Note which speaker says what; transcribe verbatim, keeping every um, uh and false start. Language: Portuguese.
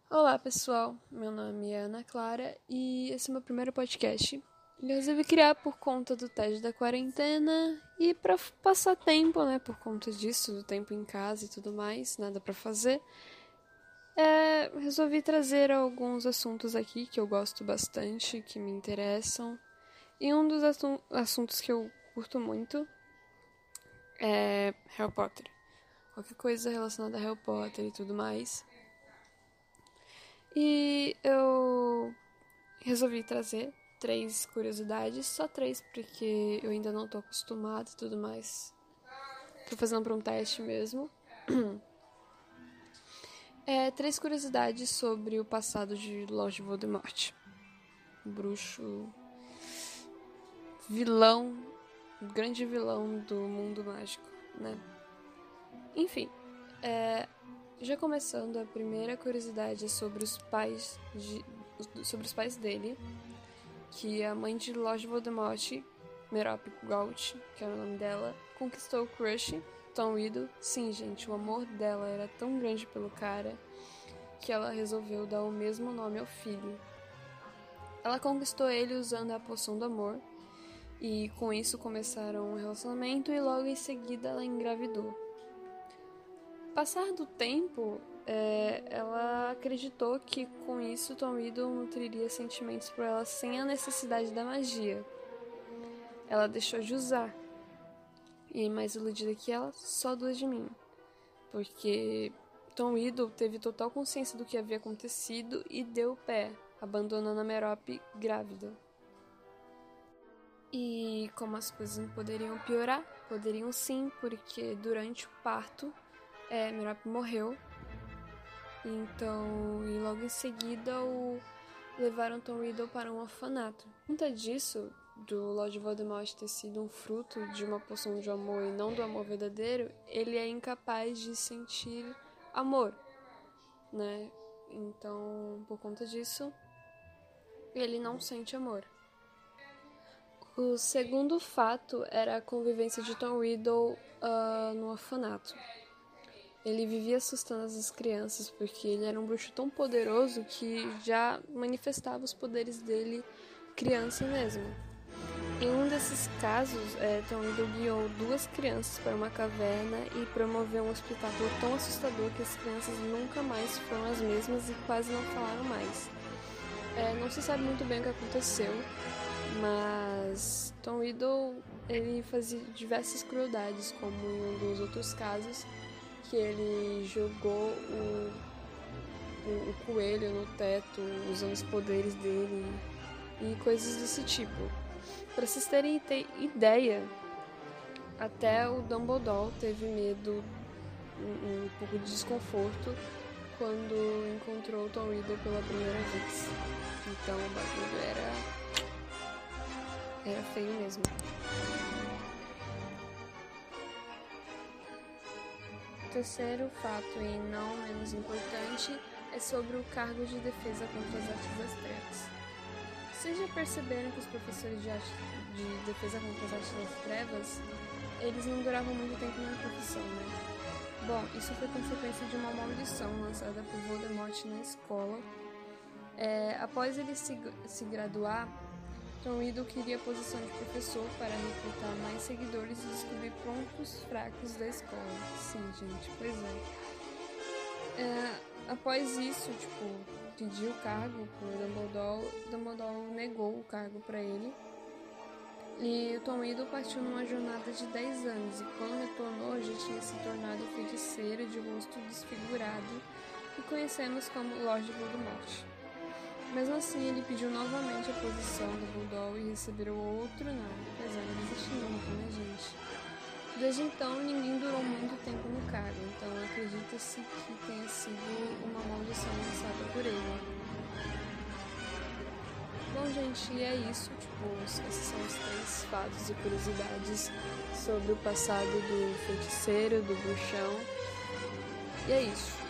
Speaker 1: Olá pessoal, meu nome é Ana Clara e esse é meu primeiro podcast. Eu resolvi criar por conta do tédio da quarentena e para passar tempo, né, por conta disso, do tempo em casa e tudo mais, nada para fazer. É, resolvi trazer alguns assuntos aqui que eu gosto bastante, que me interessam. E um dos assu- assuntos que eu curto muito é Harry Potter. Qualquer coisa relacionada a Harry Potter e tudo mais. E eu resolvi trazer três curiosidades, só três, porque eu ainda não tô acostumada e tudo mais. Tô fazendo pra um teste mesmo. É, três curiosidades sobre o passado de Lord Voldemort. Bruxo, vilão, grande vilão do mundo mágico, né? Enfim, é, já começando, a primeira curiosidade é sobre os pais de, sobre os pais dele, que a mãe de Lord Voldemort, Merope Gault, que era o nome dela, conquistou o crush, Tom Riddle. Sim, gente, o amor dela era tão grande pelo cara que ela resolveu dar o mesmo nome ao filho. Ela conquistou ele usando a poção do amor, e com isso começaram um relacionamento e logo em seguida ela engravidou. Passar do tempo, é, ela acreditou que com isso Tom Riddle nutriria sentimentos por ela sem a necessidade da magia. Ela deixou de usar. E mais iludida que ela, só duas de mim. Porque Tom Riddle teve total consciência do que havia acontecido e deu o pé, abandonando a Merope grávida. E como as coisas não poderiam piorar? Poderiam sim, porque durante o parto, é, Merope morreu. Então, e logo em seguida, o... levaram Tom Riddle para um orfanato. Conta disso, do Lord Voldemort ter sido um fruto de uma poção de amor e não do amor verdadeiro, ele é incapaz de sentir amor, né? Então, por conta disso, ele não sente amor. O segundo fato era a convivência de Tom Riddle uh, no orfanato. Ele vivia assustando as crianças porque ele era um bruxo tão poderoso que já manifestava os poderes dele criança mesmo. Em um desses casos, é, Tom Riddle guiou duas crianças para uma caverna e promoveu um espetáculo tão assustador que as crianças nunca mais foram as mesmas e quase não falaram mais. É, não se sabe muito bem o que aconteceu, mas Tom Riddle ele fazia diversas crueldades, como em um dos outros casos, que ele jogou o, o, o coelho no teto usando os poderes dele e coisas desse tipo. Para vocês terem ideia, até o Dumbledore teve medo, um, um pouco de desconforto, quando encontrou o Tom Riddle pela primeira vez. Então o bagulho era, era feio mesmo. O terceiro fato, e não menos importante, é sobre o cargo de defesa contra as artes das trevas. Vocês já perceberam que os professores de, arte, de defesa contra as artes das trevas, eles não duravam muito tempo na profissão, né? Bom, isso foi consequência de uma maldição lançada por Voldemort na escola. É, após ele se, se graduar, Tom Riddle queria a posição de professor para recrutar mais seguidores e descobrir pontos fracos da escola. Sim, gente, pois é. é após isso, tipo, pediu o cargo pro Dumbledore, Dumbledore negou o cargo para ele. E o Tom Riddle partiu numa jornada de dez anos e quando retornou já tinha se tornado feiticeiro de rosto desfigurado que conhecemos como Lord Voldemort. Mesmo assim, ele pediu novamente a posição do Dumbledore e recebeu outro não. Pois é, não existe nunca, né, gente? Desde então, ninguém durou muito tempo no cargo, então acredita-se que tenha sido uma maldição lançada por ele. Bom, gente, e é isso. Tipo, esses são os três fatos e curiosidades sobre o passado do feiticeiro, do bruxão. E é isso.